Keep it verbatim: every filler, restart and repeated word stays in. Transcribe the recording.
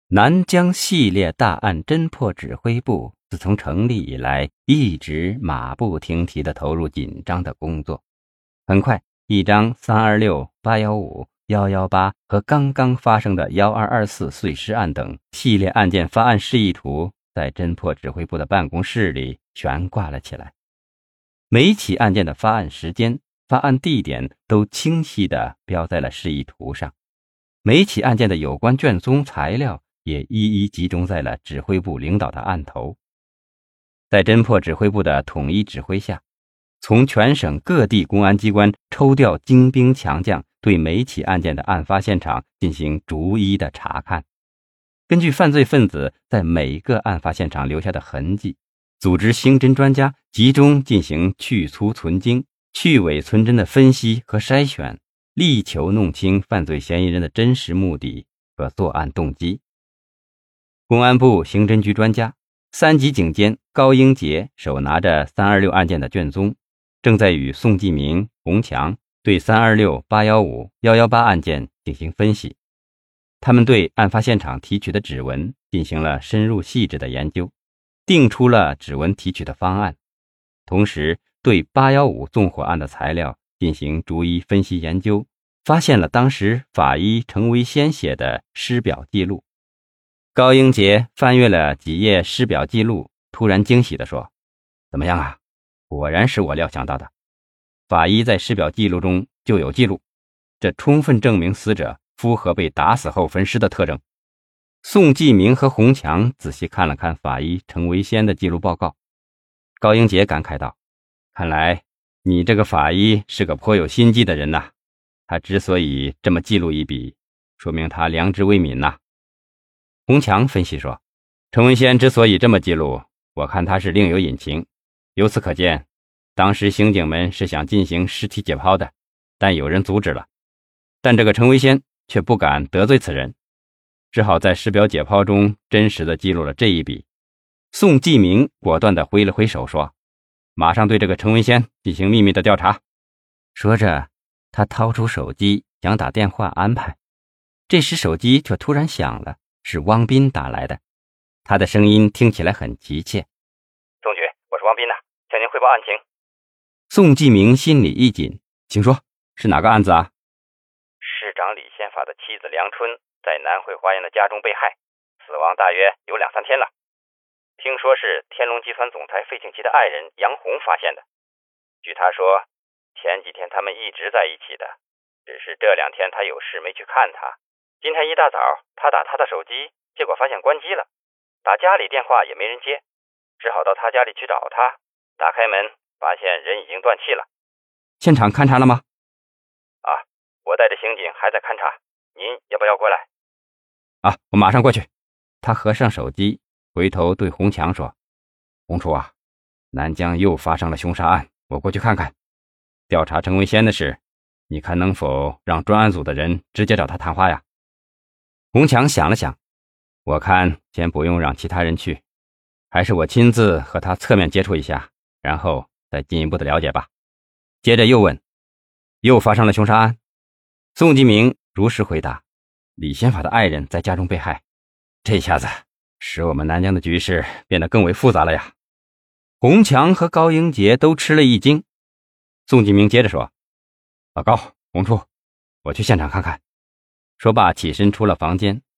南疆系列大案侦破指挥部自从成立以来，一直马不停蹄地投入紧张的工作。很快，一张三二六、八一五、一一八和刚刚发生的一二二四碎尸案等系列案件发案示意图在侦破指挥部的办公室里悬挂了起来。每起案件的发案时间、发案地点都清晰地标在了示意图上，每起案件的有关卷宗材料也一一集中在了指挥部领导的案头。在侦破指挥部的统一指挥下，从全省各地公安机关抽调精兵强将，对每起案件的案发现场进行逐一的查看，根据犯罪分子在每个案发现场留下的痕迹，组织刑侦专家集中进行去粗存精、去伪存真的分析和筛选，力求弄清犯罪嫌疑人的真实目的和作案动机。公安部刑侦局专家、三级警监高英杰手拿着三二六案件的卷宗，正在与宋继明、洪强对三二六、八一五、一一八案件进行分析。他们对案发现场提取的指纹进行了深入细致的研究，定出了指纹提取的方案，同时对八一五纵火案的材料进行逐一分析研究，发现了当时法医程维先写的尸表记录。高英杰翻阅了几页尸表记录，突然惊喜地说：“怎么样啊？果然是我料想到的。法医在尸表记录中就有记录，这充分证明死者符合被打死后分尸的特征。”宋继明和洪强仔细看了看法医程维先的记录报告，高英杰感慨道：“看来你这个法医是个颇有心机的人呐，他之所以这么记录一笔，说明他良知未泯呐。”洪强分析说，程维先之所以这么记录，我看他是另有隐情。由此可见，当时刑警们是想进行尸体解剖的，但有人阻止了。但这个程维先却不敢得罪此人，只好在尸表解剖中真实地记录了这一笔。宋继明果断地挥了挥手说：“马上对这个程维先进行秘密的调查。”说着，他掏出手机想打电话安排，这时手机却突然响了，是汪斌打来的。他的声音听起来很急切：“ 宋局，我是汪斌呐，向您汇报案情。” 宋继明心里一紧，请说，是哪个案子啊？ 市长李宪法的妻子梁春在南汇花园的家中被害，死亡大约有两三天了。听说是天龙集团总裁费庆奇的爱人杨红发现的。据他说，前几天他们一直在一起的，只是这两天他有事没去看他。今天一大早他打他的手机，结果发现关机了，打家里电话也没人接，只好到他家里去找他。打开门发现人已经断气了。 现场勘查了吗？ 啊，我带着刑警还在勘查，您要不要过来？ 啊，我马上过去。他合上手机，回头对洪强说：“洪处啊，南疆又发生了凶杀案，我过去看看。调查程维先的事，你看能否让专案组的人直接找他谈话呀？”洪强想了想，我看先不用让其他人去，还是我亲自和他侧面接触一下，然后再进一步的了解吧。接着又问：“又发生了凶杀案？”宋继明如实回答：“李宪法的爱人在家中被害。”这下子使我们南疆的局势变得更为复杂了呀。洪强和高英杰都吃了一惊。宋继明接着说：“老高、洪处，我去现场看看。”说罢起身出了房间。